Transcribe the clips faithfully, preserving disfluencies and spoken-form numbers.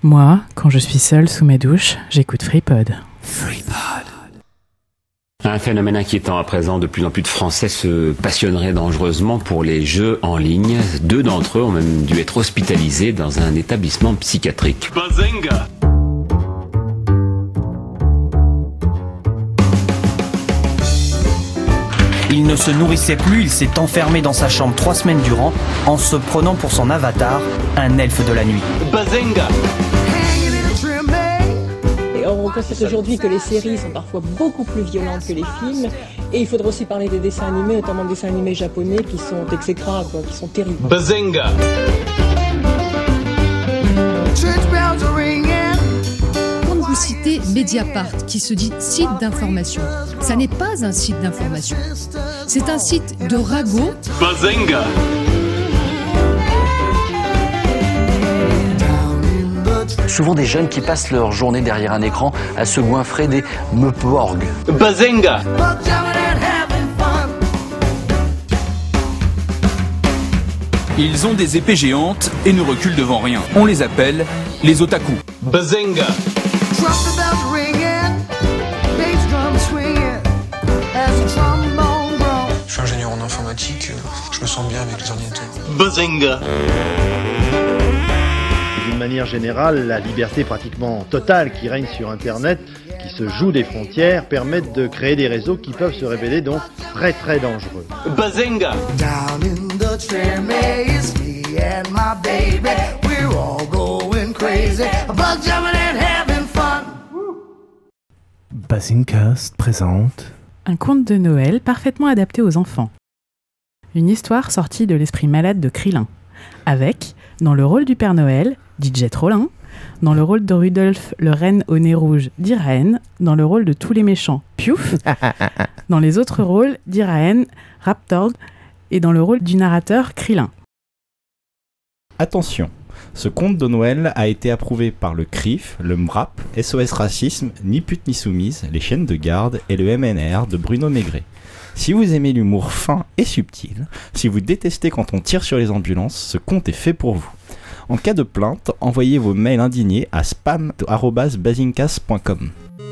Moi, quand je suis seule sous ma douche, j'écoute FreePod. FreePod. Un phénomène inquiétant à présent, de plus en plus de Français se passionneraient dangereusement pour les jeux en ligne. Deux d'entre eux ont même dû être hospitalisés dans un établissement psychiatrique. Bazinga! Il ne se nourrissait plus, il s'est enfermé dans sa chambre trois semaines durant en se prenant pour son avatar, un elfe de la nuit. Bazinga! Et or, on constate aujourd'hui que les séries sont parfois beaucoup plus violentes que les films. Et il faudra aussi parler des dessins animés, notamment des dessins animés japonais qui sont exécrables, quoi, qui sont terribles. Bazinga! Quand vous citez Mediapart, qui se dit site d'information, ça n'est pas un site d'information. C'est un site de ragot. Bazinga! Souvent des jeunes qui passent leur journée derrière un écran à se goinfrer des meuporgs. Bazinga! Ils ont des épées géantes et ne reculent devant rien. On les appelle les otaku. Bazinga! Je suis ingénieur en informatique, je me sens bien avec les ordinateurs. Bazinga! D'une manière générale, la liberté pratiquement totale qui règne sur Internet, qui se joue des frontières, permettent de créer des réseaux qui peuvent se révéler donc très très dangereux. Bazinga! Bazingcast présente un conte de Noël parfaitement adapté aux enfants. Une histoire sortie de l'esprit malade de Krillin, avec, dans le rôle du Père Noël, D J Trollin, dans le rôle de Rudolph, le renne au nez rouge, d'Iraen, dans le rôle de tous les méchants, Piouf, dans les autres rôles, d'Iraen, Raptorg, et dans le rôle du narrateur, Krillin. Attention, ce conte de Noël a été approuvé par le C R I F, le M R A P, S O S Racisme, Ni pute ni soumise, les chaînes de garde et le M N R de Bruno Maigret. Si vous aimez l'humour fin et subtil, si vous détestez quand on tire sur les ambulances, ce conte est fait pour vous. En cas de plainte, envoyez vos mails indignés à spam arobase bazingcast point com.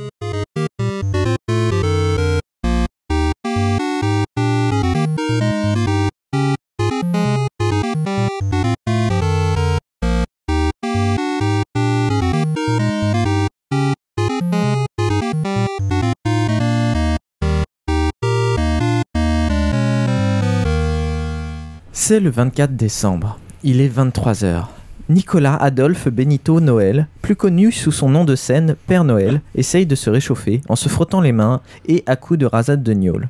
C'est le vingt-quatre décembre. Il est vingt-trois heures. Nicolas Adolphe Benito Noël, plus connu sous son nom de scène Père Noël, essaye de se réchauffer en se frottant les mains et à coups de rasade de gnôle.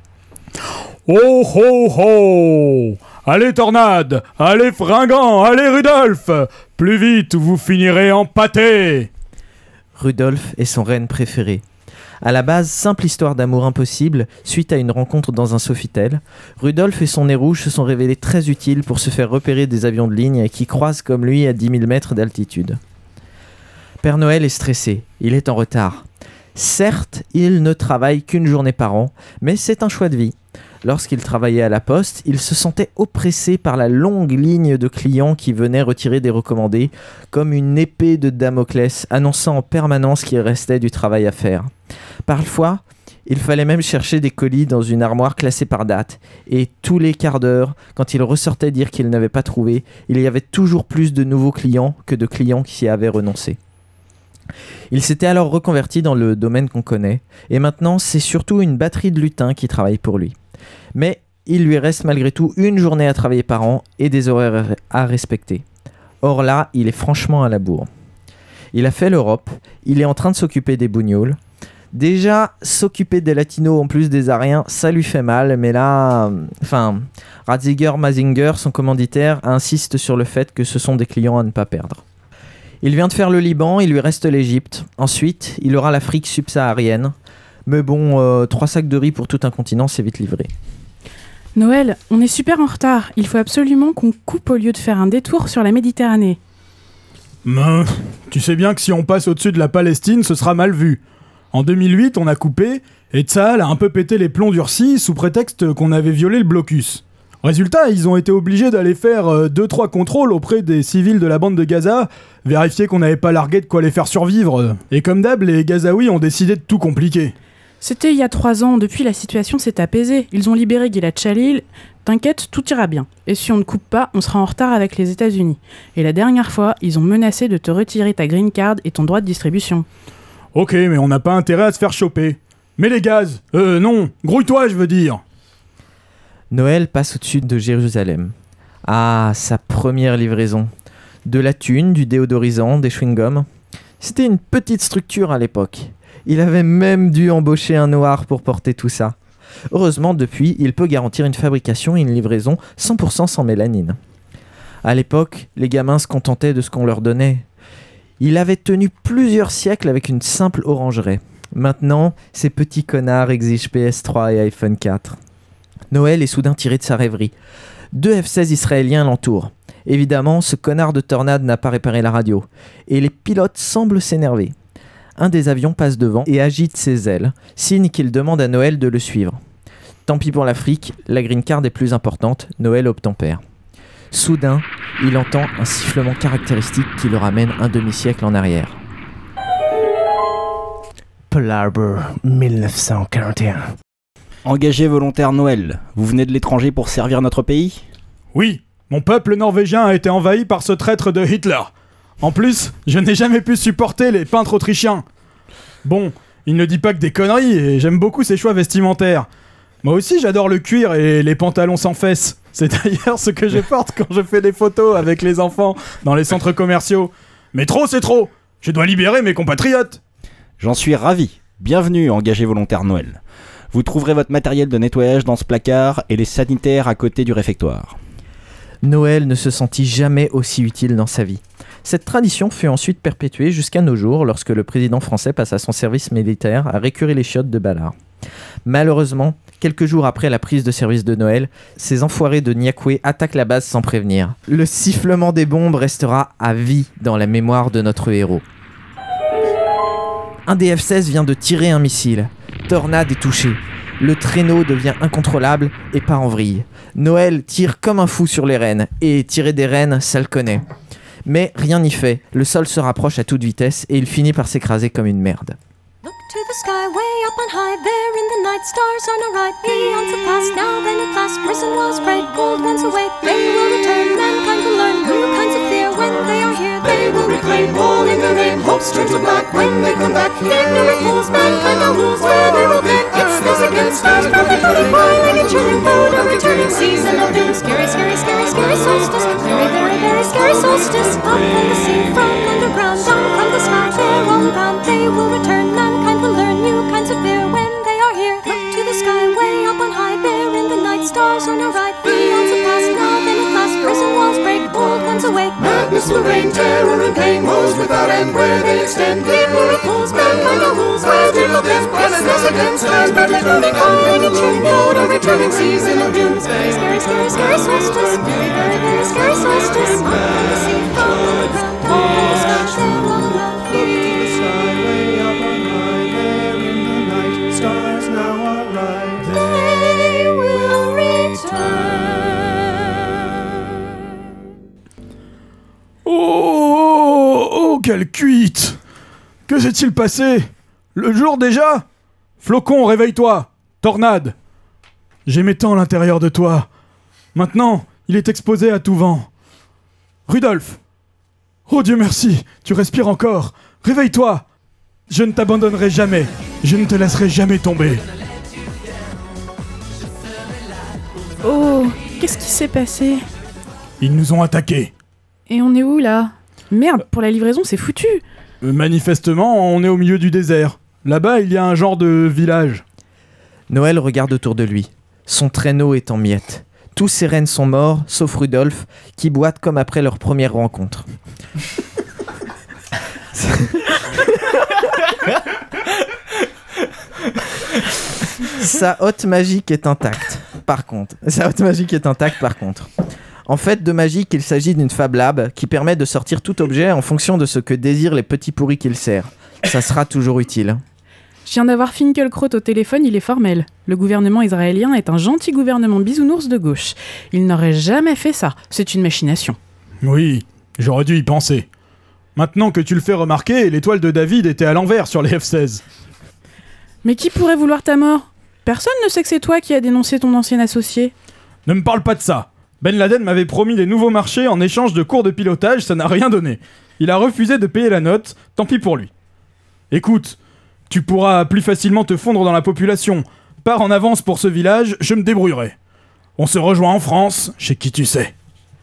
Oh ho ho! Allez tornade! Allez fringant! Allez Rudolph! Plus vite ou vous finirez en pâté! Rudolph est son renne préféré. À la base, simple histoire d'amour impossible, suite à une rencontre dans un Sofitel, Rudolph et son nez rouge se sont révélés très utiles pour se faire repérer des avions de ligne qui croisent comme lui à dix mille mètres d'altitude. Père Noël est stressé, il est en retard. Certes, il ne travaille qu'une journée par an, mais c'est un choix de vie. Lorsqu'il travaillait à la poste, il se sentait oppressé par la longue ligne de clients qui venaient retirer des recommandés, comme une épée de Damoclès annonçant en permanence qu'il restait du travail à faire. Parfois, il fallait même chercher des colis dans une armoire classée par date, et tous les quarts d'heure, quand il ressortait dire qu'il n'avait pas trouvé, il y avait toujours plus de nouveaux clients que de clients qui y avaient renoncé. Il s'était alors reconverti dans le domaine qu'on connaît, et maintenant c'est surtout une batterie de lutins qui travaille pour lui. Mais il lui reste malgré tout une journée à travailler par an et des horaires à respecter. Or là, il est franchement à la bourre. Il a fait l'Europe, il est en train de s'occuper des bougnols. Déjà, s'occuper des latinos en plus des ariens, ça lui fait mal, mais là... Enfin, Ratzinger Mazinger, son commanditaire, insiste sur le fait que ce sont des clients à ne pas perdre. Il vient de faire le Liban, il lui reste l'Égypte. Ensuite, il aura l'Afrique subsaharienne. Mais bon, euh, trois sacs de riz pour tout un continent, c'est vite livré. Noël, on est super en retard. Il faut absolument qu'on coupe au lieu de faire un détour sur la Méditerranée. Mais, tu sais bien que si on passe au-dessus de la Palestine, ce sera mal vu. En deux mille huit, on a coupé, et Tsahal a un peu pété les plombs durcis sous prétexte qu'on avait violé le blocus. Résultat, ils ont été obligés d'aller faire deux trois contrôles auprès des civils de la bande de Gaza, vérifier qu'on n'avait pas largué de quoi les faire survivre. Et comme d'hab, les Gazaouis ont décidé de tout compliquer. C'était il y a trois ans, depuis la situation s'est apaisée. Ils ont libéré Gilad Shalit. T'inquiète, tout ira bien. Et si on ne coupe pas, on sera en retard avec les États-Unis. Et la dernière fois, ils ont menacé de te retirer ta green card et ton droit de distribution. Ok, mais on n'a pas intérêt à se faire choper. Mais les gaz, euh non, grouille-toi je veux dire. Noël passe au-dessus de Jérusalem. Ah, sa première livraison. De la thune, du déodorisant, des chewing-gums. C'était une petite structure à l'époque. Il avait même dû embaucher un noir pour porter tout ça. Heureusement, depuis, il peut garantir une fabrication et une livraison cent pour cent sans mélanine. À l'époque, les gamins se contentaient de ce qu'on leur donnait. Il avait tenu plusieurs siècles avec une simple orangerie. Maintenant, ces petits connards exigent P S trois et iPhone quatre. Noël est soudain tiré de sa rêverie. Deux F seize israéliens l'entourent. Évidemment, ce connard de Tornade n'a pas réparé la radio. Et les pilotes semblent s'énerver. Un des avions passe devant et agite ses ailes, signe qu'il demande à Noël de le suivre. Tant pis pour l'Afrique, la green card est plus importante, Noël obtempère. Soudain, il entend un sifflement caractéristique qui le ramène un demi-siècle en arrière. Pearl Harbor, dix-neuf cent quarante et un. Engagé volontaire Noël, vous venez de l'étranger pour servir notre pays ? Oui, mon peuple norvégien a été envahi par ce traître de Hitler. En plus, je n'ai jamais pu supporter les peintres autrichiens. Bon, il ne dit pas que des conneries et j'aime beaucoup ses choix vestimentaires. Moi aussi j'adore le cuir et les pantalons sans fesses. C'est d'ailleurs ce que je porte quand je fais des photos avec les enfants dans les centres commerciaux. Mais trop c'est trop. Je dois libérer mes compatriotes. J'en suis ravi. Bienvenue, engagé volontaire Noël. Vous trouverez votre matériel de nettoyage dans ce placard et les sanitaires à côté du réfectoire. Noël ne se sentit jamais aussi utile dans sa vie. Cette tradition fut ensuite perpétuée jusqu'à nos jours lorsque le président français passa son service militaire à récurer les chiottes de Ballard. Malheureusement, quelques jours après la prise de service de Noël, ces enfoirés de Niakoué attaquent la base sans prévenir. Le sifflement des bombes restera à vie dans la mémoire de notre héros. Un des F seize vient de tirer un missile. Tornade est touché. Le traîneau devient incontrôlable et part en vrille. Noël tire comme un fou sur les rênes, et tirer des rênes, ça le connaît. Mais rien n'y fait, le sol se rapproche à toute vitesse et il finit par s'écraser comme une merde. Look to the sky, way up on high, there in the night, stars are not right. Beyond the past, now then at last, prison walls break, gold ones awake. They will return, mankind will learn new kinds of fear when they are here. They will reclaim all in their name, hopes turn to black when they come back. Ignorant fools, mankind now rules where they will then. It's this against stars, probably floating by like a chilling boat, a returning season of doom. Scary, scary, scary, scary solstice, very, very, very scary solstice. Up from the sea, from underground, down from the sky, they're all around. They will return, mankind will learn new kinds of fear when they are here. Look to the sky, way up on high, there in the night, stars on our right. Beyond the past, now then at last, prison walls break, old ones awake. Madness will reign, terror and pain, woes without end where they extend. Ignorant fools, mankind are rules, where they will then. Yes, this against stars, badly floating on like a chilling boat, a returning season of doom. Scary, scary, scary, scary solstice, very, very, very scary solstice. Up from the sea, from underground, down from the sky, they're all around. Look to the sky, way up on high, there in the night, stars now are right. They will return. Oh, oh, quelle cuite! Que s'est-il passé? Le jour déjà? Flocon, réveille-toi! Tornade! J'aimais tant l'intérieur de toi. Maintenant, il est exposé à tout vent. Rudolf! Oh Dieu merci, tu respires encore. Réveille-toi! Je ne t'abandonnerai jamais. Je ne te laisserai jamais tomber. Oh, qu'est-ce qui s'est passé? Ils nous ont attaqués. Et on est où là? Merde, pour la livraison c'est foutu. Euh, manifestement, on est au milieu du désert. Là-bas, il y a un genre de village. Noël regarde autour de lui. Son traîneau est en miettes. Tous ses rennes sont morts, sauf Rudolf, qui boite comme après leur première rencontre. Sa hotte magique est intacte. Par contre, sa hotte magique est intacte par contre. En fait, de magique, il s'agit d'une Fab Lab qui permet de sortir tout objet en fonction de ce que désirent les petits pourris qu'il sert. Ça sera toujours utile. Je viens d'avoir Finkielkraut au téléphone, il est formel. Le gouvernement israélien est un gentil gouvernement bisounours de gauche. Il n'aurait jamais fait ça, c'est une machination. Oui, j'aurais dû y penser. Maintenant que tu le fais remarquer, l'étoile de David était à l'envers sur les F seize. Mais qui pourrait vouloir ta mort ? Personne ne sait que c'est toi qui as dénoncé ton ancien associé. Ne me parle pas de ça. Ben Laden m'avait promis des nouveaux marchés en échange de cours de pilotage, ça n'a rien donné. Il a refusé de payer la note, tant pis pour lui. Écoute, tu pourras plus facilement te fondre dans la population. Pars en avance pour ce village, je me débrouillerai. On se rejoint en France, chez qui tu sais.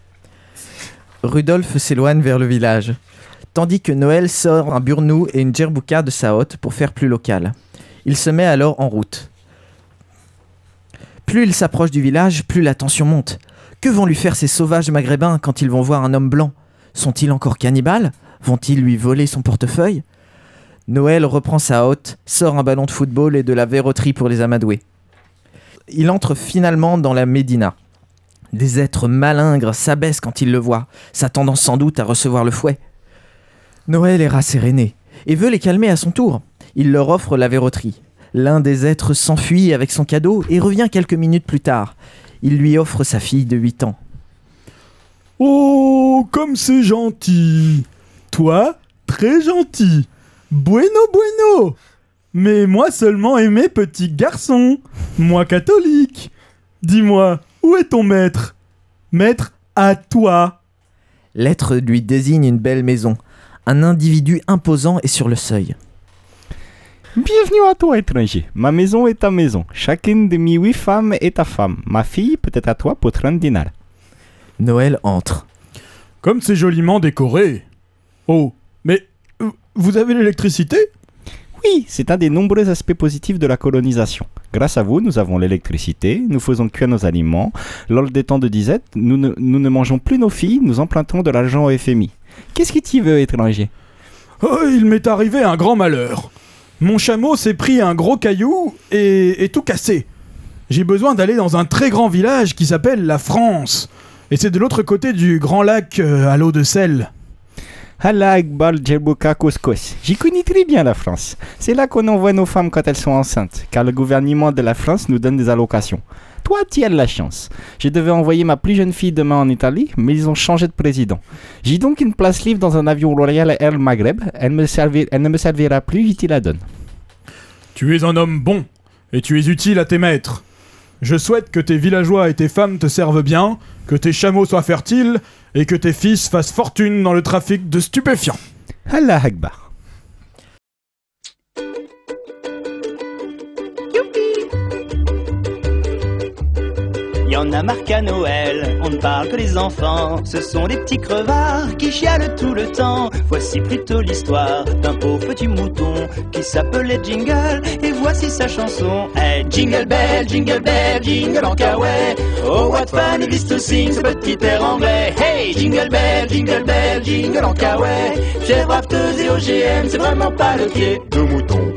Rudolf s'éloigne vers le village, tandis que Noël sort un burnou et une djerbouka de sa hotte pour faire plus local. Il se met alors en route. Plus il s'approche du village, plus la tension monte. Que vont lui faire ces sauvages maghrébins quand ils vont voir un homme blanc ? Sont-ils encore cannibales ? Vont-ils lui voler son portefeuille ? Noël reprend sa hotte, sort un ballon de football et de la verroterie pour les amadouer. Il entre finalement dans la Médina. Des êtres malingres s'abaissent quand ils le voient, s'attendant sans doute à recevoir le fouet. Noël est rasséréné et veut les calmer à son tour. Il leur offre la verroterie. L'un des êtres s'enfuit avec son cadeau et revient quelques minutes plus tard. Il lui offre sa fille de huit ans. « Oh, comme c'est gentil. Toi, très gentil. Bueno, bueno. Mais moi seulement aimé petit garçon. Moi catholique. Dis-moi, où est ton maître ? Maître à toi. » L'être lui désigne une belle maison. Un individu imposant est sur le seuil. Bienvenue à toi, étranger. Ma maison est ta maison. Chacune de mes huit femmes est ta femme. Ma fille peut être à toi pour trente dinars. Noël entre. Comme c'est joliment décoré. Oh, mais euh, vous avez l'électricité ? Oui, c'est un des nombreux aspects positifs de la colonisation. Grâce à vous, nous avons l'électricité, nous faisons cuire nos aliments. Lors des temps de disette, nous ne, nous ne mangeons plus nos filles, nous empruntons de l'argent au F M I. Qu'est-ce qui t'y veut, étranger ? Oh, il m'est arrivé un grand malheur. Mon chameau s'est pris un gros caillou et, et tout cassé. J'ai besoin d'aller dans un très grand village qui s'appelle la France. Et c'est de l'autre côté du grand lac euh, à l'eau de sel. Allah Akbar Djerbouka Couscous. J'y connais très bien la France. C'est là qu'on envoie nos femmes quand elles sont enceintes, car le gouvernement de la France nous donne des allocations. Toi, tu as de la chance. Je devais envoyer ma plus jeune fille demain en Italie, mais ils ont changé de président. J'ai donc une place libre dans un avion Royal Air Maghreb. Elle, me servir, elle ne me servira plus, je te la donne. Tu es un homme bon, et tu es utile à tes maîtres. Je souhaite que tes villageois et tes femmes te servent bien, que tes chameaux soient fertiles, et que tes fils fassent fortune dans le trafic de stupéfiants. Allah Akbar. Y'en a marre qu'à Noël, on ne parle que des enfants. Ce sont des petits crevards qui chialent tout le temps. Voici plutôt l'histoire d'un pauvre petit mouton qui s'appelait Jingle, et voici sa chanson. Hey, jingle bell, jingle bell, jingle en caouet. Oh, what fun it is to sing ce petit air anglais. Hey, jingle bell, jingle bell, jingle en caouet. Chèvre rafteuse et O G M, c'est vraiment pas le pied de mouton.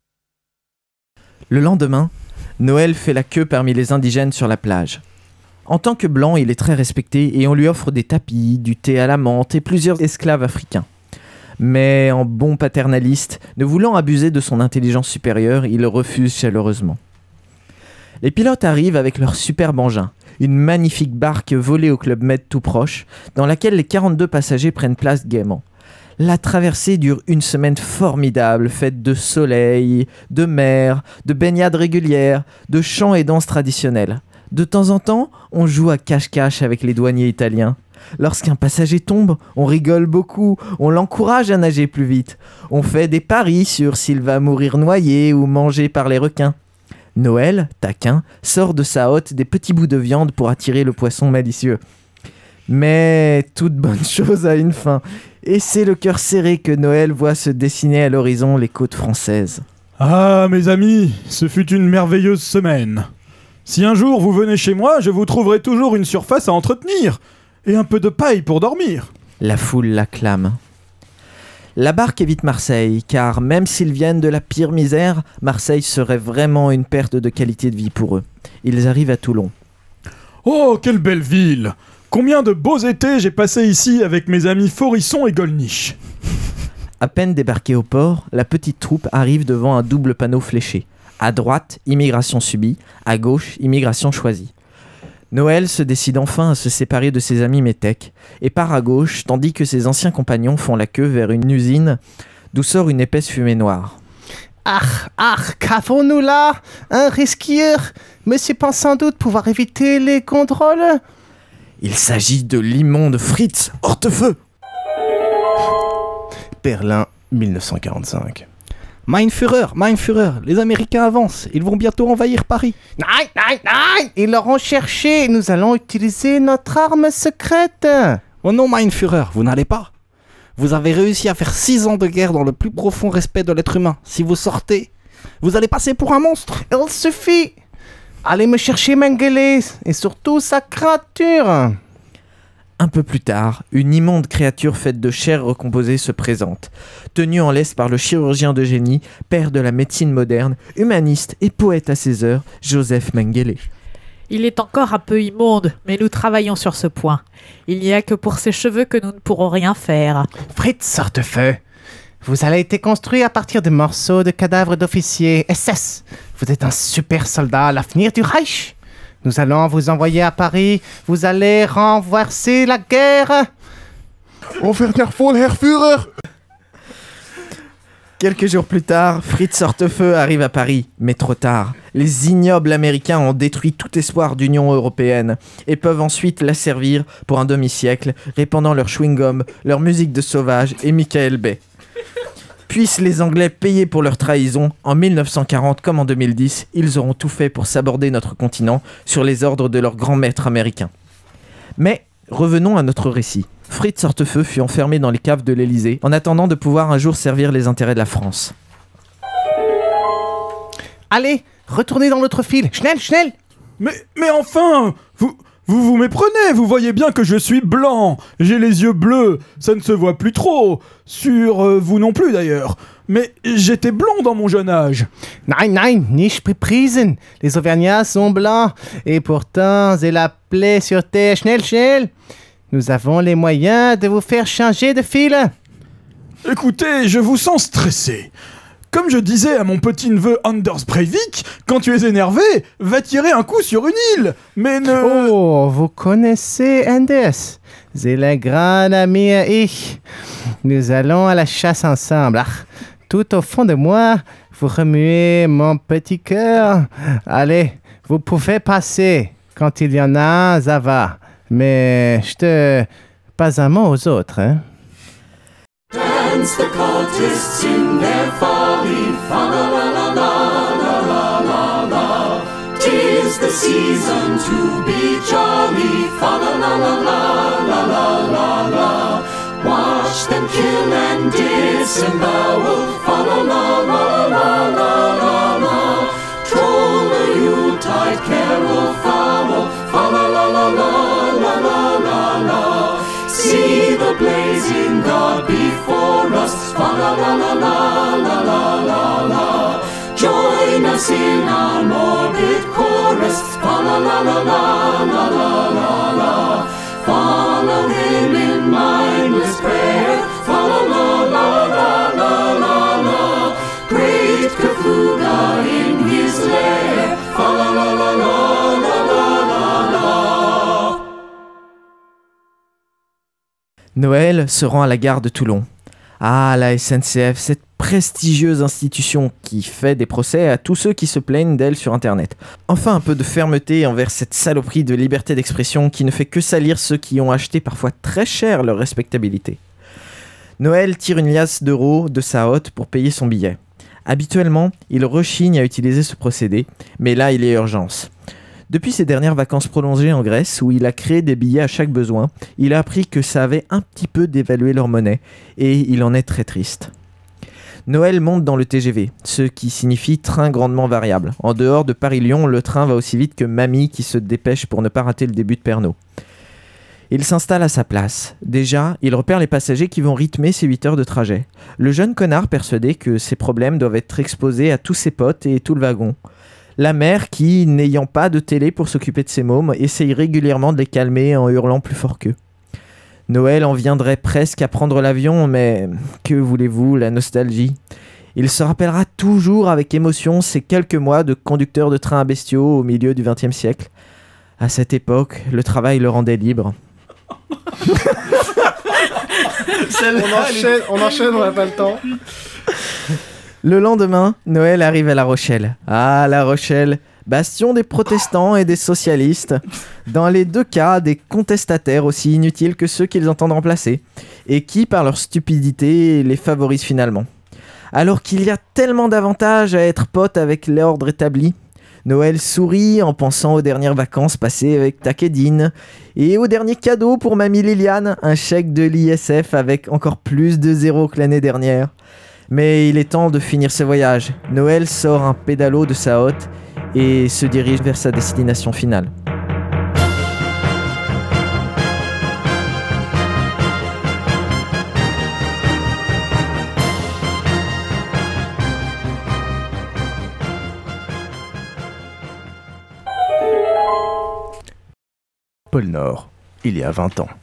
Le lendemain, Noël fait la queue parmi les indigènes sur la plage. En tant que blanc, il est très respecté et on lui offre des tapis, du thé à la menthe et plusieurs esclaves africains. Mais en bon paternaliste, ne voulant abuser de son intelligence supérieure, il refuse chaleureusement. Les pilotes arrivent avec leur superbe engin, une magnifique barque volée au Club Med tout proche, dans laquelle les quarante-deux passagers prennent place gaiement. La traversée dure une semaine formidable, faite de soleil, de mer, de baignades régulières, de chants et danses traditionnelles. De temps en temps, on joue à cache-cache avec les douaniers italiens. Lorsqu'un passager tombe, on rigole beaucoup, on l'encourage à nager plus vite. On fait des paris sur s'il va mourir noyé ou mangé par les requins. Noël, taquin, sort de sa hotte des petits bouts de viande pour attirer le poisson malicieux. Mais toute bonne chose a une fin. Et c'est le cœur serré que Noël voit se dessiner à l'horizon les côtes françaises. Ah, mes amis, ce fut une merveilleuse semaine. Si un jour vous venez chez moi, je vous trouverai toujours une surface à entretenir et un peu de paille pour dormir. La foule l'acclame. La barque évite Marseille, car même s'ils viennent de la pire misère, Marseille serait vraiment une perte de qualité de vie pour eux. Ils arrivent à Toulon. Oh, quelle belle ville! Combien de beaux étés j'ai passé ici avec mes amis Forisson et Golnisch. À peine débarquée au port, la petite troupe arrive devant un double panneau fléché. À droite, immigration subie, à gauche, immigration choisie. Noël se décide enfin à se séparer de ses amis métèques et part à gauche tandis que ses anciens compagnons font la queue vers une usine d'où sort une épaisse fumée noire. Ah, ah, qu'avons-nous là? Un rescueur? Monsieur pense sans doute pouvoir éviter les contrôles? Il s'agit de l'immonde Fritz Hortefeux. Berlin, dix-neuf cent quarante-cinq. Mein Führer, Mein Führer, les Américains avancent, ils vont bientôt envahir Paris. Non, non, non, ils l'auront cherché, nous allons utiliser notre arme secrète. Oh non, Mein Führer, vous n'allez pas. Vous avez réussi à faire six ans de guerre dans le plus profond respect de l'être humain. Si vous sortez, vous allez passer pour un monstre. Il suffit. Allez me chercher Mengele et surtout sa créature. Un peu plus tard, une immonde créature faite de chair recomposée se présente. Tenue en laisse par le chirurgien de génie, père de la médecine moderne, humaniste et poète à ses heures, Joseph Mengele. Il est encore un peu immonde, mais nous travaillons sur ce point. Il n'y a que pour ses cheveux que nous ne pourrons rien faire. Fritz Hortefeux, vous avez été construit à partir de morceaux de cadavres d'officiers S S. Vous êtes un super soldat à l'avenir du Reich. Nous allons vous envoyer à Paris. Vous allez renverser la guerre. Wundervoll, Herr Führer. Quelques jours plus tard, Fritz Hortefeux arrive à Paris, mais trop tard. Les ignobles Américains ont détruit tout espoir d'Union européenne et peuvent ensuite la servir pour un demi-siècle, répandant leur chewing-gum, leur musique de sauvage et Michael Bay. Puissent les Anglais payer pour leur trahison, en dix-neuf cent quarante comme en deux mille dix, ils auront tout fait pour saborder notre continent sur les ordres de leur grand maître américain. Mais revenons à notre récit. Fritz Hortefeux fut enfermé dans les caves de l'Élysée en attendant de pouvoir un jour servir les intérêts de la France. Allez, retournez dans notre file. Schnell, schnell. Mais, mais enfin, vous... Vous vous méprenez, vous voyez bien que je suis blanc, j'ai les yeux bleus, ça ne se voit plus trop, sur euh, vous non plus d'ailleurs, mais j'étais blond dans mon jeune âge. Nein, nein, nicht bepriesen, les Auvergnats sont blancs, et pourtant c'est la plaie sur terre, schnell, schnell. Nous avons les moyens de vous faire changer de file. Écoutez, je vous sens stressé. Comme je disais à mon petit-neveu Anders Breivik, quand tu es énervé, va tirer un coup sur une île, mais ne... Oh, vous connaissez Anders, c'est le grand ami et ich. Nous allons à la chasse ensemble. Ah, tout au fond de moi, vous remuez mon petit cœur. Allez, vous pouvez passer. Quand il y en a, ça va. Mais je te... pas un mot aux autres, hein. Dance the cultists in their folly, fa la la la la la la la la. 'Tis the season to be jolly, fa la la la la la la la la. Watch them kill and disembowel, fa la la la la la la la. Troll the Yuletide carol foul, fa la la la la la la la la. See the blazing God before us, fa la la la la la la la la. Join us in our morbid chorus, fa la la la la la la la la. Follow him in mindless prayer, fa la la la la la la la. Great Kafuga in his lair, fa la la la la la la la la. Noël se rend à la gare de Toulon. Ah, la S N C F, cette prestigieuse institution qui fait des procès à tous ceux qui se plaignent d'elle sur Internet. Enfin, un peu de fermeté envers cette saloperie de liberté d'expression qui ne fait que salir ceux qui ont acheté parfois très cher leur respectabilité. Noël tire une liasse d'euros de sa hotte pour payer son billet. Habituellement, il rechigne à utiliser ce procédé, mais là, il y a urgence. Depuis ses dernières vacances prolongées en Grèce, où il a créé des billets à chaque besoin, il a appris que ça avait un petit peu dévalué leur monnaie, et il en est très triste. Noël monte dans le T G V, ce qui signifie train grandement variable. En dehors de Paris-Lyon, le train va aussi vite que Mamie qui se dépêche pour ne pas rater le début de Pernod. Il s'installe à sa place. Déjà, il repère les passagers qui vont rythmer ses huit heures de trajet. Le jeune connard persuadé que ses problèmes doivent être exposés à tous ses potes et tout le wagon. La mère qui, n'ayant pas de télé pour s'occuper de ses mômes, essaye régulièrement de les calmer en hurlant plus fort qu'eux. Noël en viendrait presque à prendre l'avion, mais que voulez-vous, la nostalgie. Il se rappellera toujours avec émotion ces quelques mois de conducteur de train à bestiaux au milieu du vingtième siècle. À cette époque, le travail le rendait libre. on enchaîne, on enchaîne, on n'a pas le temps. Le lendemain, Noël arrive à La Rochelle. Ah, La Rochelle, bastion des protestants et des socialistes. Dans les deux cas, des contestataires aussi inutiles que ceux qu'ils entendent remplacer, et qui, par leur stupidité, les favorisent finalement. Alors qu'il y a tellement d'avantages à être pote avec l'ordre établi, Noël sourit en pensant aux dernières vacances passées avec Takedine et au dernier cadeau pour mamie Liliane, un chèque de l'I S F avec encore plus de zéros que l'année dernière. Mais il est temps de finir ce voyage. Noël sort un pédalo de sa hotte et se dirige vers sa destination finale. Pôle Nord, il y a vingt ans.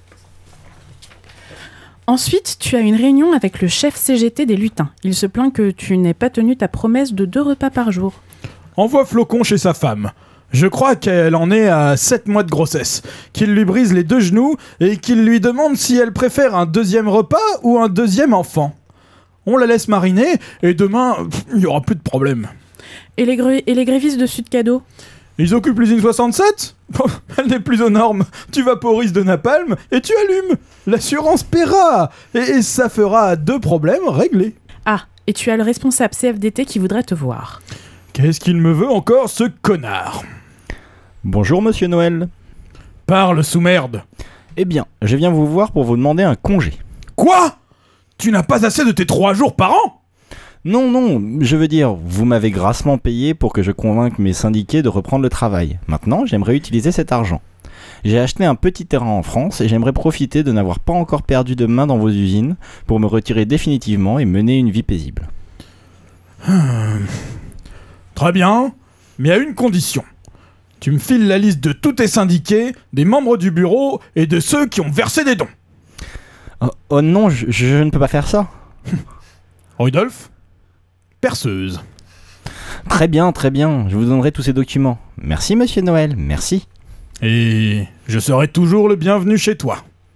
Ensuite, tu as une réunion avec le chef C G T des lutins. Il se plaint que tu n'aies pas tenu ta promesse de deux repas par jour. Envoie Flocon chez sa femme. Je crois qu'elle en est à sept mois de grossesse. Qu'il lui brise les deux genoux et qu'il lui demande si elle préfère un deuxième repas ou un deuxième enfant. On la laisse mariner et demain, il n'y aura plus de problème. Et les, gr- et les grévistes de Sud Cadeau ? Ils occupent l'usine soixante-sept ? Elle n'est plus aux normes. Tu vaporises de napalm et tu allumes. L'assurance paiera. Et, et ça fera deux problèmes réglés. Ah, et tu as le responsable C F D T qui voudrait te voir. Qu'est-ce qu'il me veut encore, ce connard ? Bonjour, monsieur Noël. Parle, sous-merde. Eh bien, je viens vous voir pour vous demander un congé. Quoi ? Tu n'as pas assez de tes trois jours par an ? Non, non, je veux dire, vous m'avez grassement payé pour que je convainque mes syndiqués de reprendre le travail. Maintenant, j'aimerais utiliser cet argent. J'ai acheté un petit terrain en France et j'aimerais profiter de n'avoir pas encore perdu de main dans vos usines pour me retirer définitivement et mener une vie paisible. Hum. Très bien, mais à une condition. Tu me files la liste de tous tes syndiqués, des membres du bureau et de ceux qui ont versé des dons. Oh, oh non, je, je ne peux pas faire ça. Rudolf ? Perceuse. Très bien, très bien, je vous donnerai tous ces documents. Merci, monsieur Noël, merci. Et je serai toujours le bienvenu chez toi.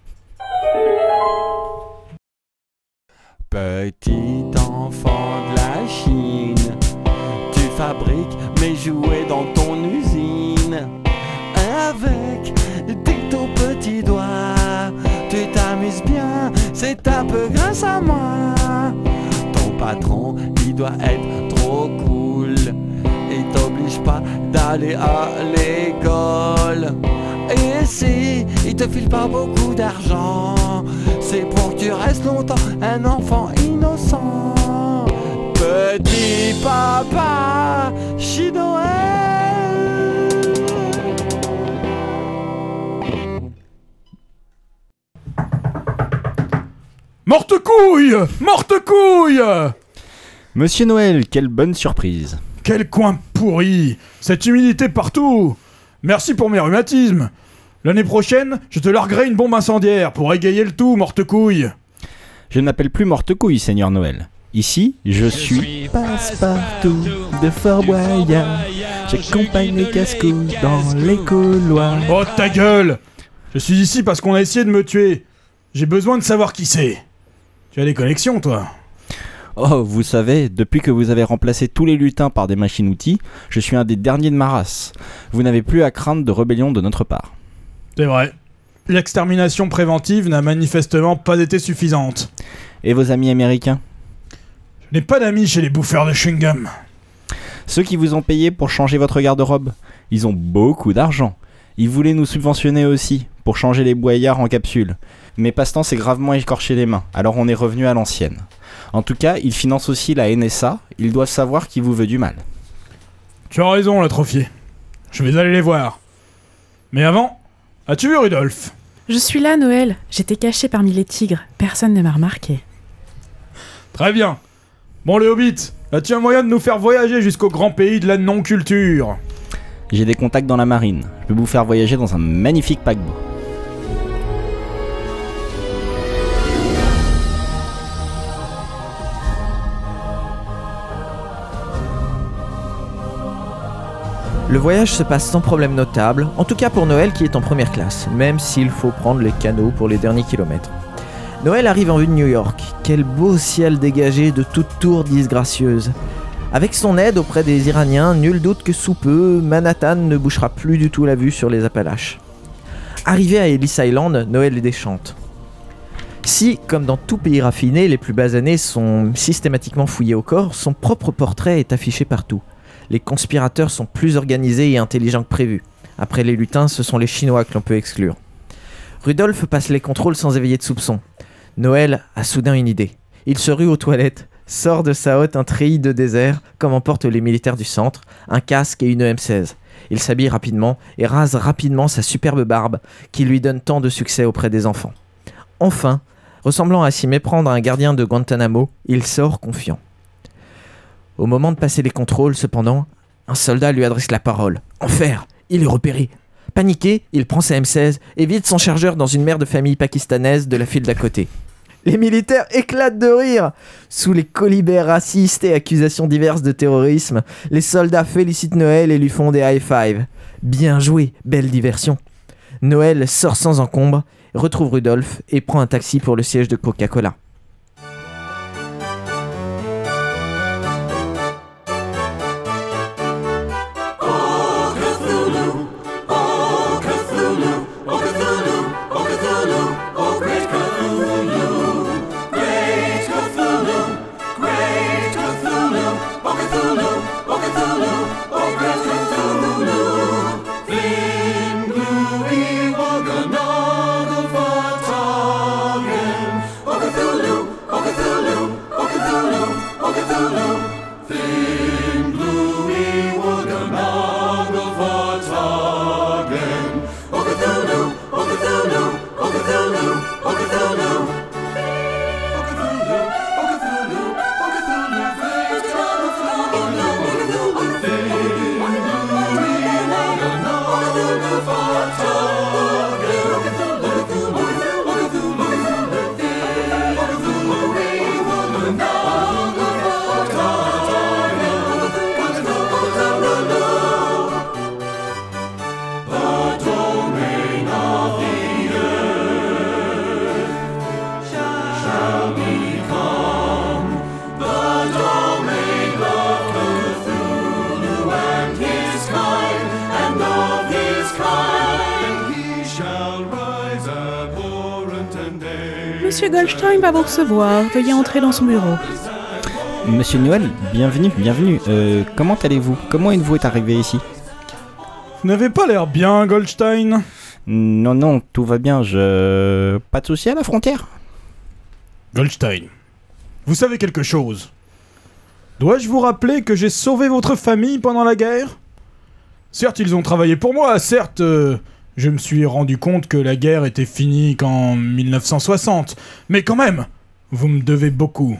Petit enfant de la Chine, tu fabriques mes jouets dans ton usine. Avec tes tout petits doigts, tu t'amuses bien, c'est un peu grâce à moi. Ton patron, il doit être trop cool. Il t'oblige pas d'aller à l'école. Et si il te file pas beaucoup d'argent, c'est pour que tu restes longtemps un enfant innocent. Petit papa, chez Noël. Morte couille! Morte couille! Monsieur Noël, quelle bonne surprise. Quel coin pourri! Cette humidité partout! Merci pour mes rhumatismes. L'année prochaine, je te larguerai une bombe incendiaire pour égayer le tout, morte couille. Je ne m'appelle plus morte couille, Seigneur Noël. Ici, je, je suis... suis passe-partout de Fort Boyard. J'accompagne les casse-couilles dans les couloirs. Oh ta gueule! Je suis ici parce qu'on a essayé de me tuer. J'ai besoin de savoir qui c'est. Tu as des connexions, toi? Oh, vous savez, depuis que vous avez remplacé tous les lutins par des machines-outils, je suis un des derniers de ma race. Vous n'avez plus à craindre de rébellion de notre part. C'est vrai. L'extermination préventive n'a manifestement pas été suffisante. Et vos amis américains? Je n'ai pas d'amis chez les bouffeurs de chewing-gum. Ceux qui vous ont payé pour changer votre garde-robe, ils ont beaucoup d'argent. Ils voulaient nous subventionner aussi, pour changer les boyards en capsules. Mais Passe-Temps s'est gravement écorché les mains, alors on est revenu à l'ancienne. En tout cas, ils financent aussi la N S A, ils doivent savoir qui vous veut du mal. Tu as raison, l'atrophié. Je vais aller les voir. Mais avant, as-tu vu Rudolf? Je suis là, Noël. J'étais caché parmi les tigres. Personne ne m'a remarqué. Très bien. Bon, les hobbits, as-tu un moyen de nous faire voyager jusqu'au grand pays de la non-culture? J'ai des contacts dans la marine. Je peux vous faire voyager dans un magnifique paquebot. Le voyage se passe sans problème notable, en tout cas pour Noël qui est en première classe, même s'il faut prendre les canaux pour les derniers kilomètres. Noël arrive en vue de New York. Quel beau ciel dégagé de toute tour disgracieuse. Avec son aide auprès des Iraniens, nul doute que sous peu, Manhattan ne bouchera plus du tout la vue sur les Appalaches. Arrivé à Ellis Island, Noël déchante. Si, comme dans tout pays raffiné, les plus basanés sont systématiquement fouillés au corps, son propre portrait est affiché partout. Les conspirateurs sont plus organisés et intelligents que prévu. Après les lutins, ce sont les Chinois que l'on peut exclure. Rudolph passe les contrôles sans éveiller de soupçon. Noël a soudain une idée. Il se rue aux toilettes, sort de sa hotte un treillis de désert, comme en portent les militaires du centre, un casque et une E M seize. Il s'habille rapidement et rase rapidement sa superbe barbe, qui lui donne tant de succès auprès des enfants. Enfin, ressemblant à s'y méprendre à un gardien de Guantanamo, il sort confiant. Au moment de passer les contrôles, cependant, un soldat lui adresse la parole. Enfer, il est repéré. Paniqué, il prend sa M seize et vide son chargeur dans une mère de famille pakistanaise de la file d'à côté. Les militaires éclatent de rire. Sous les colibets racistes et accusations diverses de terrorisme, les soldats félicitent Noël et lui font des high-five. Bien joué, belle diversion. Noël sort sans encombre, retrouve Rudolph et prend un taxi pour le siège de Coca-Cola. Monsieur Goldstein va vous recevoir. Veuillez entrer dans son bureau. Monsieur Noël, bienvenue, bienvenue. Euh, comment allez-vous? Comment êtes-vous arrivé ici? Vous n'avez pas l'air bien, Goldstein. Non, non, tout va bien, je... Pas de souci à la frontière? Goldstein, vous savez quelque chose? Dois-je vous rappeler que j'ai sauvé votre famille pendant la guerre? Certes, ils ont travaillé pour moi, certes... Euh... Je me suis rendu compte que la guerre était finie qu'en mille neuf cent soixante. Mais quand même, vous me devez beaucoup.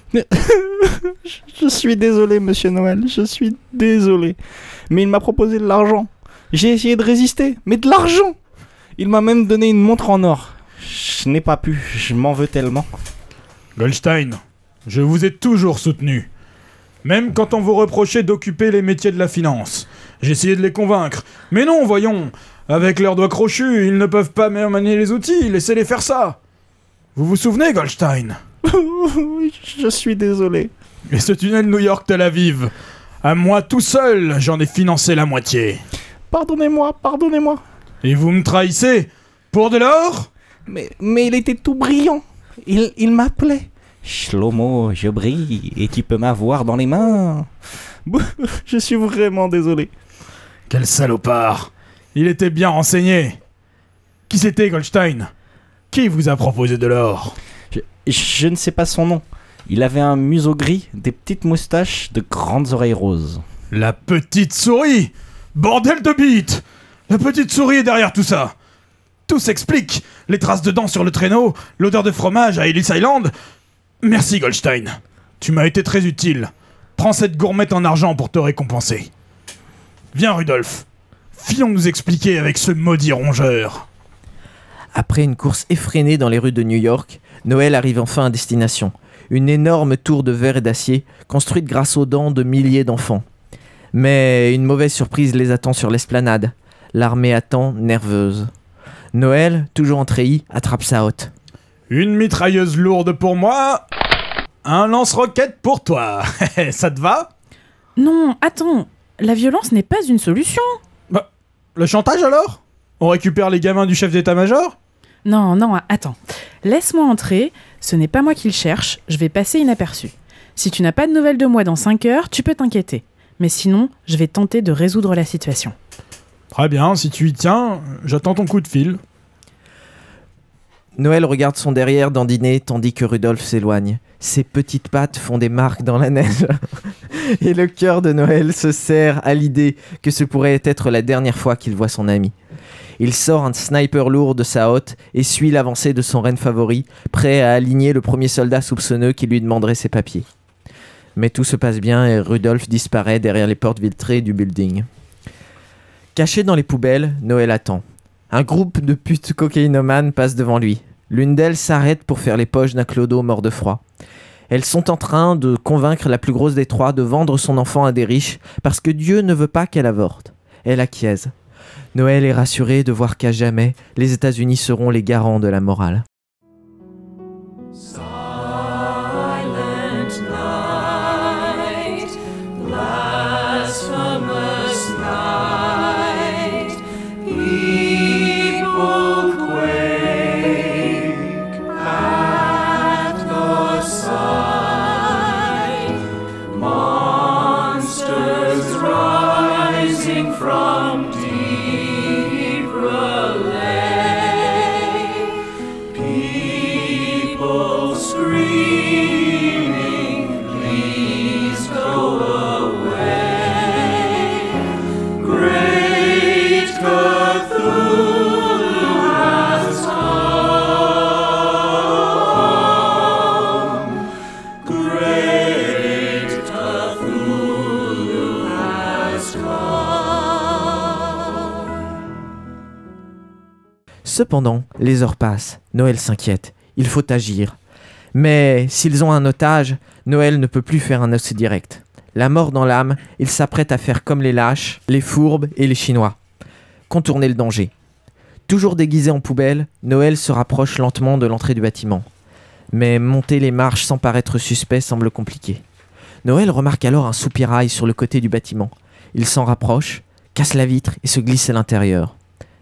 Je suis désolé, monsieur Noël, je suis désolé. Mais il m'a proposé de l'argent. J'ai essayé de résister, mais de l'argent! Il m'a même donné une montre en or. Je n'ai pas pu, je m'en veux tellement. Goldstein, je vous ai toujours soutenu. Même quand on vous reprochait d'occuper les métiers de la finance. J'ai essayé de les convaincre. Mais non, voyons... Avec leurs doigts crochus, ils ne peuvent pas manier les outils, laissez-les faire ça. Vous vous souvenez, Goldstein? Je suis désolé. Et ce tunnel New York-Tel Aviv, à moi tout seul, j'en ai financé la moitié. Pardonnez-moi, pardonnez-moi. Et vous me trahissez? Pour de l'or? Mais, mais il était tout brillant. Il, il m'appelait. Shlomo, je brille et tu peux m'avoir dans les mains. Je suis vraiment désolé. Quel salopard. Il était bien renseigné. Qui c'était, Goldstein? Qui vous a proposé de l'or? je, je ne sais pas son nom. Il avait un museau gris, des petites moustaches, de grandes oreilles roses. La petite souris! Bordel de bite! La petite souris est derrière tout ça. Tout s'explique. Les traces de dents sur le traîneau, l'odeur de fromage à Ellis Island. Merci, Goldstein. Tu m'as été très utile. Prends cette gourmette en argent pour te récompenser. Viens, Rudolph. Filons nous expliquer avec ce maudit rongeur. Après une course effrénée dans les rues de New York, Noël arrive enfin à destination. Une énorme tour de verre et d'acier, construite grâce aux dents de milliers d'enfants. Mais une mauvaise surprise les attend sur l'esplanade. L'armée attend, nerveuse. Noël, toujours en treillis, attrape sa hotte. Une mitrailleuse lourde pour moi, un lance-roquette pour toi. Ça te va ? Non, attends, la violence n'est pas une solution. Bah, le chantage alors ? On récupère les gamins du chef d'état-major ? Non, non, attends. Laisse-moi entrer, ce n'est pas moi qui le cherche, je vais passer inaperçu. Si tu n'as pas de nouvelles de moi dans cinq heures, tu peux t'inquiéter. Mais sinon, je vais tenter de résoudre la situation. Très bien, si tu y tiens, j'attends ton coup de fil. Noël regarde son derrière dandiner tandis que Rudolf s'éloigne. Ses petites pattes font des marques dans la neige. Et le cœur de Noël se serre à l'idée que ce pourrait être la dernière fois qu'il voit son ami. Il sort un sniper lourd de sa hotte et suit l'avancée de son renne favori, prêt à aligner le premier soldat soupçonneux qui lui demanderait ses papiers. Mais tout se passe bien et Rudolf disparaît derrière les portes vitrées du building. Caché dans les poubelles, Noël attend. Un groupe de putes cocaïnomanes passe devant lui. L'une d'elles s'arrête pour faire les poches d'un clodo mort de froid. Elles sont en train de convaincre la plus grosse des trois de vendre son enfant à des riches parce que Dieu ne veut pas qu'elle avorte. Elle acquiesce. Noël est rassuré de voir qu'à jamais, les États-Unis seront les garants de la morale. Cependant, les heures passent. Noël s'inquiète. Il faut agir. Mais s'ils ont un otage, Noël ne peut plus faire un aussi direct. La mort dans l'âme, il s'apprête à faire comme les lâches, les fourbes et les Chinois. Contourner le danger. Toujours déguisé en poubelle, Noël se rapproche lentement de l'entrée du bâtiment. Mais monter les marches sans paraître suspect semble compliqué. Noël remarque alors un soupirail sur le côté du bâtiment. Il s'en rapproche, casse la vitre et se glisse à l'intérieur.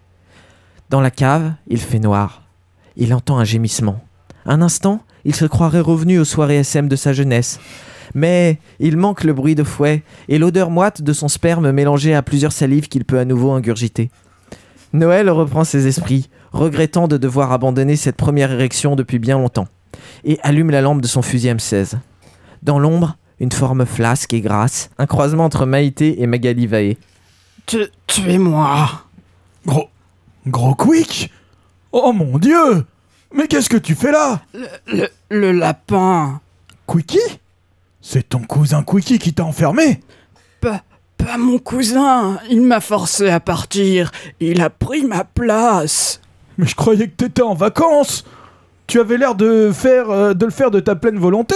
Dans la cave, il fait noir. Il entend un gémissement. Un instant, il se croirait revenu aux soirées S M de sa jeunesse. Mais il manque le bruit de fouet et l'odeur moite de son sperme mélangée à plusieurs salives qu'il peut à nouveau ingurgiter. Noël reprend ses esprits, regrettant de devoir abandonner cette première érection depuis bien longtemps, et allume la lampe de son fusil M seize. Dans l'ombre, une forme flasque et grasse, un croisement entre Maïté et Magali Vaé. Tu, tuez-moi. Gros... Gros Quick ? Oh mon Dieu ! Mais qu'est-ce que tu fais là ? Le, le, le lapin. Quickie ? C'est ton cousin Quickie qui t'a enfermé ? Pas, pas mon cousin. Il m'a forcé à partir. Il a pris ma place. Mais je croyais que t'étais en vacances. Tu avais l'air de faire, euh, de le faire de ta pleine volonté.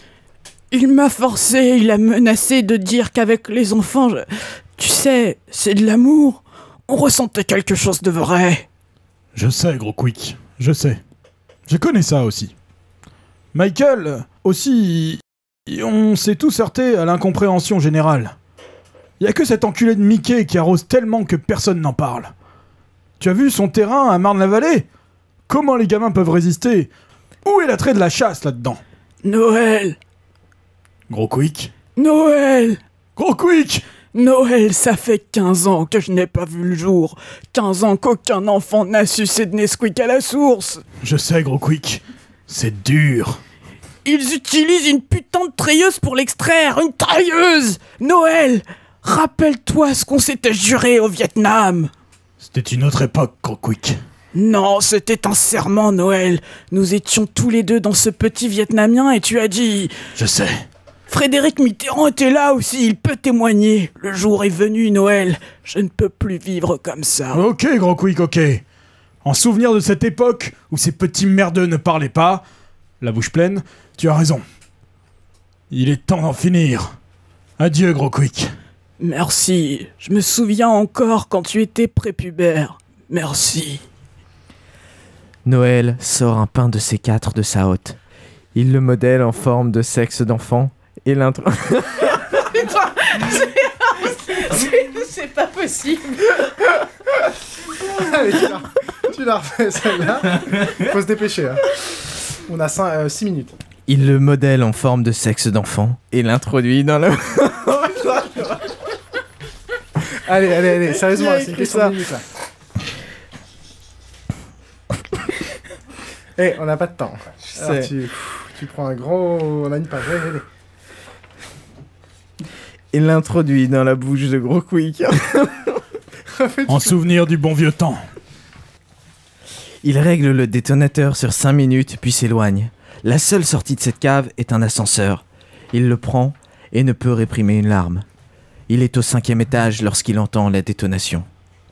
Il m'a forcé. Il a menacé de dire qu'avec les enfants, je... tu sais, c'est de l'amour. On ressentait quelque chose de vrai. Je sais, gros Quick, je sais. Je connais ça aussi. Michael, aussi, on s'est tous heurtés à l'incompréhension générale. Y a que cet enculé de Mickey qui arrose tellement que personne n'en parle. Tu as vu son terrain à Marne-la-Vallée ? Comment les gamins peuvent résister ? Où est l'attrait de la chasse là-dedans ? Noël. Gros Quick. Noël. Gros Quick. Noël, ça fait quinze ans que je n'ai pas vu le jour. quinze ans qu'aucun enfant n'a sucé de Nesquik à la source. Je sais, gros Quick. C'est dur. Ils utilisent une putain de treilleuse pour l'extraire. Une treilleuse. Noël, rappelle-toi ce qu'on s'était juré au Vietnam. C'était une autre époque, gros Quick. Non, c'était un serment, Noël. Nous étions tous les deux dans ce petit Vietnamien et tu as dit... Je sais. Frédéric Mitterrand était là aussi, il peut témoigner. Le jour est venu, Noël. Je ne peux plus vivre comme ça. Ok, gros Quick, ok. En souvenir de cette époque où ces petits merdeux ne parlaient pas, la bouche pleine, tu as raison. Il est temps d'en finir. Adieu, gros Quick. Merci. Je me souviens encore quand tu étais prépubère. Merci. Noël sort un pain de C quatre de sa hotte. Il le modèle en forme de sexe d'enfant et l'intro... Putain, c'est- c'est- c'est pas possible. Allez, tu l'as- tu l'as refait celle-là. Faut se dépêcher. Hein. On a six minutes. Il le modèle en forme de sexe d'enfant et l'introduit dans le... Allez, allez, allez, sérieusement, c'est une question ça. de minutes là. Eh, on n'a pas de temps. Alors, sais. tu, tu prends un gros. On a une page. Allez, allez. Il l'introduit dans la bouche de Gros Quick. En souvenir du bon vieux temps. Il règle le détonateur sur cinq minutes puis s'éloigne. La seule sortie de cette cave est un ascenseur. Il le prend et ne peut réprimer une larme. Il est au cinquième étage lorsqu'il entend la détonation.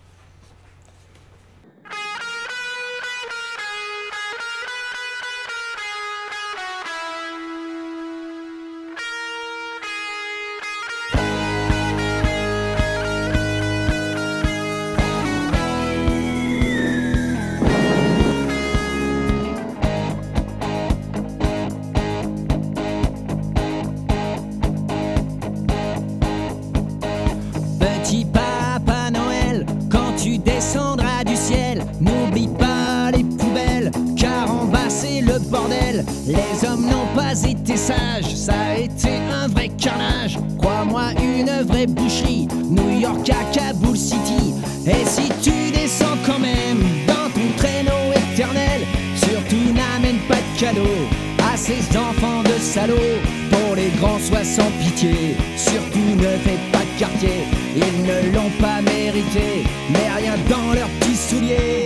Petit Papa Noël, quand tu descendras du ciel, n'oublie pas les poubelles, car en bas c'est le bordel. Les hommes n'ont pas été sages, ça a été un vrai carnage. Crois-moi, une vraie boucherie, New York à Kaboul City. Et si tu descends quand même dans ton traîneau éternel, surtout n'amène pas de cadeaux à ces enfants de salauds. Pour les grands, sois sans pitié, surtout ne faites pas de quartier. Ils ne l'ont pas mérité, mais rien dans leurs petits souliers.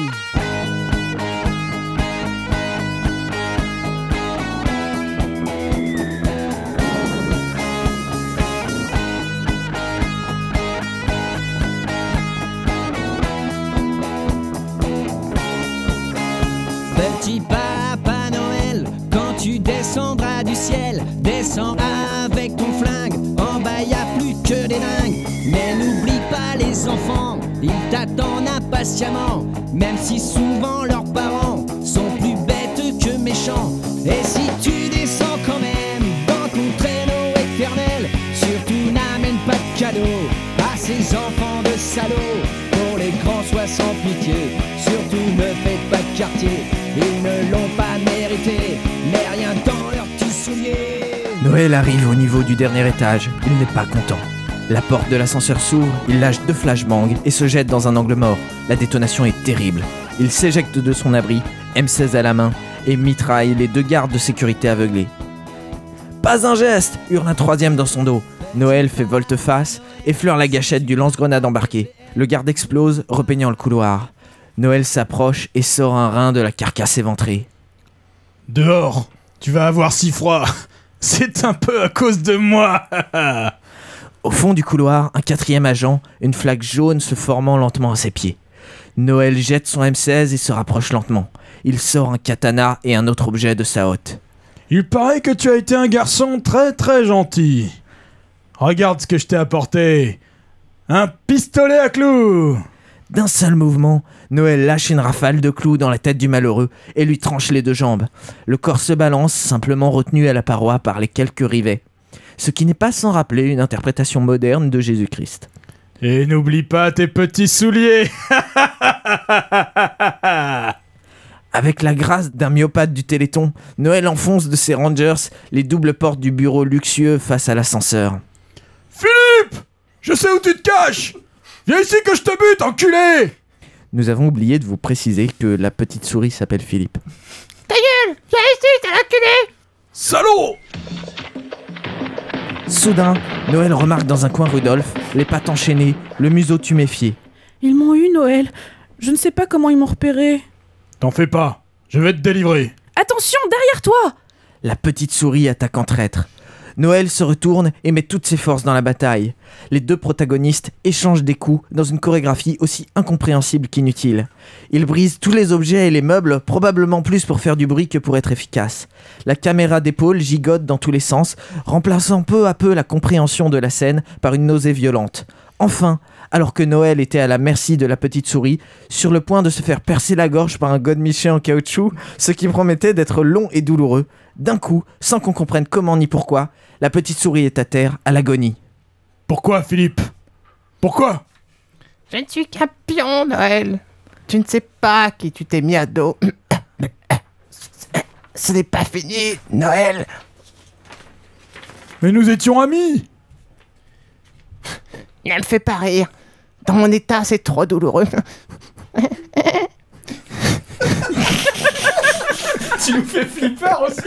Petit Papa Noël, quand tu descendras du ciel, descends avec ton flingue. En bas y a plus que des dingues. Mais n'oublie pas les enfants, ils t'attendent impatiemment. Même si souvent leurs parents sont plus bêtes que méchants. Et si tu descends quand même dans ton traîneau éternel, surtout n'amène pas de cadeaux à ces enfants de salauds. Pour les grands, sois sans pitié, surtout ne faites pas de quartier. Ils ne l'ont pas mérité, mais rien dans leurs petits souliers. Noël arrive au niveau du dernier étage. Il n'est pas content. La porte de l'ascenseur s'ouvre, il lâche deux flashbangs et se jette dans un angle mort. La détonation est terrible. Il s'éjecte de son abri, M seize à la main, et mitraille les deux gardes de sécurité aveuglés. Pas un geste, hurle un troisième dans son dos. Noël fait volte-face, effleure la gâchette du lance-grenade embarqué. Le garde explose, repeignant le couloir. Noël s'approche et sort un rein de la carcasse éventrée. Dehors, tu vas avoir si froid. C'est un peu à cause de moi. Au fond du couloir, un quatrième agent, une flaque jaune se formant lentement à ses pieds. Noël jette son M seize et se rapproche lentement. Il sort un katana et un autre objet de sa hotte. Il paraît que tu as été un garçon très très gentil. Regarde ce que je t'ai apporté. Un pistolet à clous. D'un seul mouvement, Noël lâche une rafale de clous dans la tête du malheureux et lui tranche les deux jambes. Le corps se balance, simplement retenu à la paroi par les quelques rivets. Ce qui n'est pas sans rappeler une interprétation moderne de Jésus-Christ. Et n'oublie pas tes petits souliers. Avec la grâce d'un myopathe du Téléthon, Noël enfonce de ses Rangers les doubles portes du bureau luxueux face à l'ascenseur. Philippe, je sais où tu te caches. Viens ici que je te bute, enculé. Nous avons oublié de vous préciser que la petite souris s'appelle Philippe. Ta gueule, viens ici, t'as l'enculé. Salaud. Soudain, Noël remarque dans un coin Rudolf, les pattes enchaînées, le museau tuméfié. Ils m'ont eu, Noël. Je ne sais pas comment ils m'ont repéré. T'en fais pas, je vais te délivrer. Attention, derrière toi. La petite souris attaque en traître. Noël se retourne et met toutes ses forces dans la bataille. Les deux protagonistes échangent des coups dans une chorégraphie aussi incompréhensible qu'inutile. Ils brisent tous les objets et les meubles, probablement plus pour faire du bruit que pour être efficaces. La caméra d'épaule gigote dans tous les sens, remplaçant peu à peu la compréhension de la scène par une nausée violente. Enfin, alors que Noël était à la merci de la petite souris, sur le point de se faire percer la gorge par un godemiché en caoutchouc, ce qui promettait d'être long et douloureux, d'un coup, sans qu'on comprenne comment ni pourquoi, la petite souris est à terre, à l'agonie. Pourquoi, Philippe? Pourquoi? Je ne suis qu'un pion, Noël. Tu ne sais pas qui tu t'es mis à dos. Ce n'est pas fini, Noël. Mais nous étions amis. Ne me fais pas rire. Dans mon état, c'est trop douloureux. Tu nous fais flipper aussi.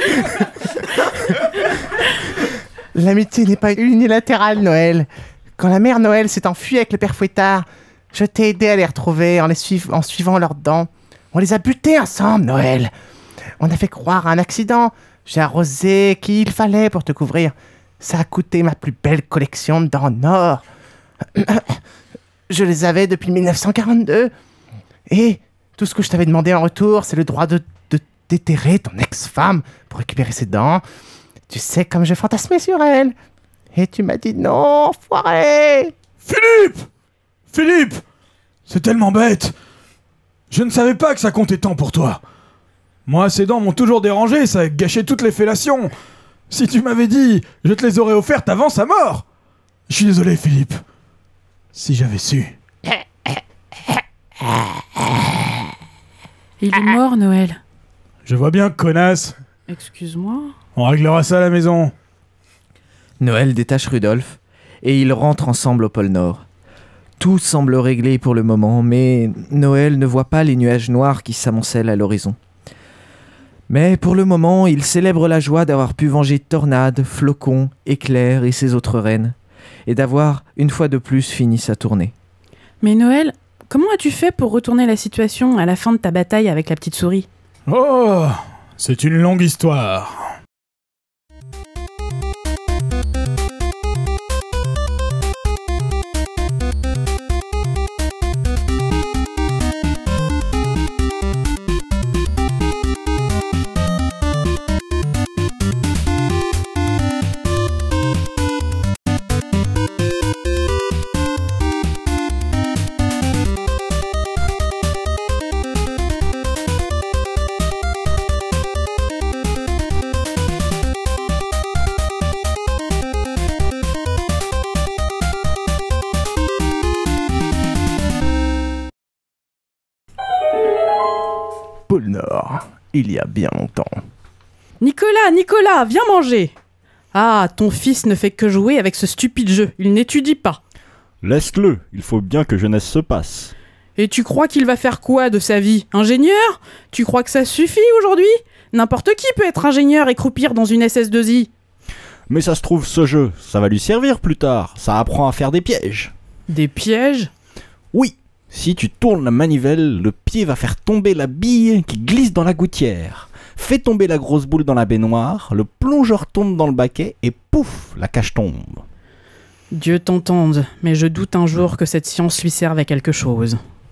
L'amitié n'est pas unilatérale, Noël. Quand la mère Noël s'est enfuie avec le père Fouettard, je t'ai aidé à les retrouver en, les suiv- en suivant leurs dents. On les a butés ensemble, Noël. On a fait croire à un accident. J'ai arrosé qui il fallait pour te couvrir. Ça a coûté ma plus belle collection de dents en or. Je les avais depuis mille neuf cent quarante-deux. Et tout ce que je t'avais demandé en retour, c'est le droit de, de déterrer ton ex-femme pour récupérer ses dents. Tu sais comme je fantasmais sur elle. Et tu m'as dit non, foiré. Philippe Philippe C'est tellement bête. Je ne savais pas que ça comptait tant pour toi. Moi, ces dents m'ont toujours dérangé, ça a gâché toutes les fellations. Si tu m'avais dit, je te les aurais offertes avant sa mort. Je suis désolé, Philippe. Si j'avais su. Il est mort, Noël. Je vois bien, connasse. Excuse-moi. On réglera ça à la maison. Noël détache Rudolf et ils rentrent ensemble au pôle Nord. Tout semble réglé pour le moment, mais Noël ne voit pas les nuages noirs qui s'amoncellent à l'horizon. Mais pour le moment, il célèbre la joie d'avoir pu venger Tornade, Flocon, Éclair et ses autres reines, et d'avoir, une fois de plus, fini sa tournée. Mais Noël, comment as-tu fait pour retourner la situation à la fin de ta bataille avec la petite souris? Oh, c'est une longue histoire. Pôle Nord, il y a bien longtemps. Nicolas, Nicolas, viens manger. Ah, ton fils ne fait que jouer avec ce stupide jeu, il n'étudie pas. Laisse-le, il faut bien que jeunesse se passe. Et tu crois qu'il va faire quoi de sa vie? Ingénieur? Tu crois que ça suffit aujourd'hui? N'importe qui peut être ingénieur et croupir dans une S S deux I. Mais ça se trouve, ce jeu, ça va lui servir plus tard. Ça apprend à faire des pièges. Des pièges? Oui. Si tu tournes la manivelle, le pied va faire tomber la bille qui glisse dans la gouttière. Fais tomber la grosse boule dans la baignoire, le plongeur tombe dans le baquet et pouf, la cage tombe. Dieu t'entende, mais je doute un jour que cette science lui serve à quelque chose.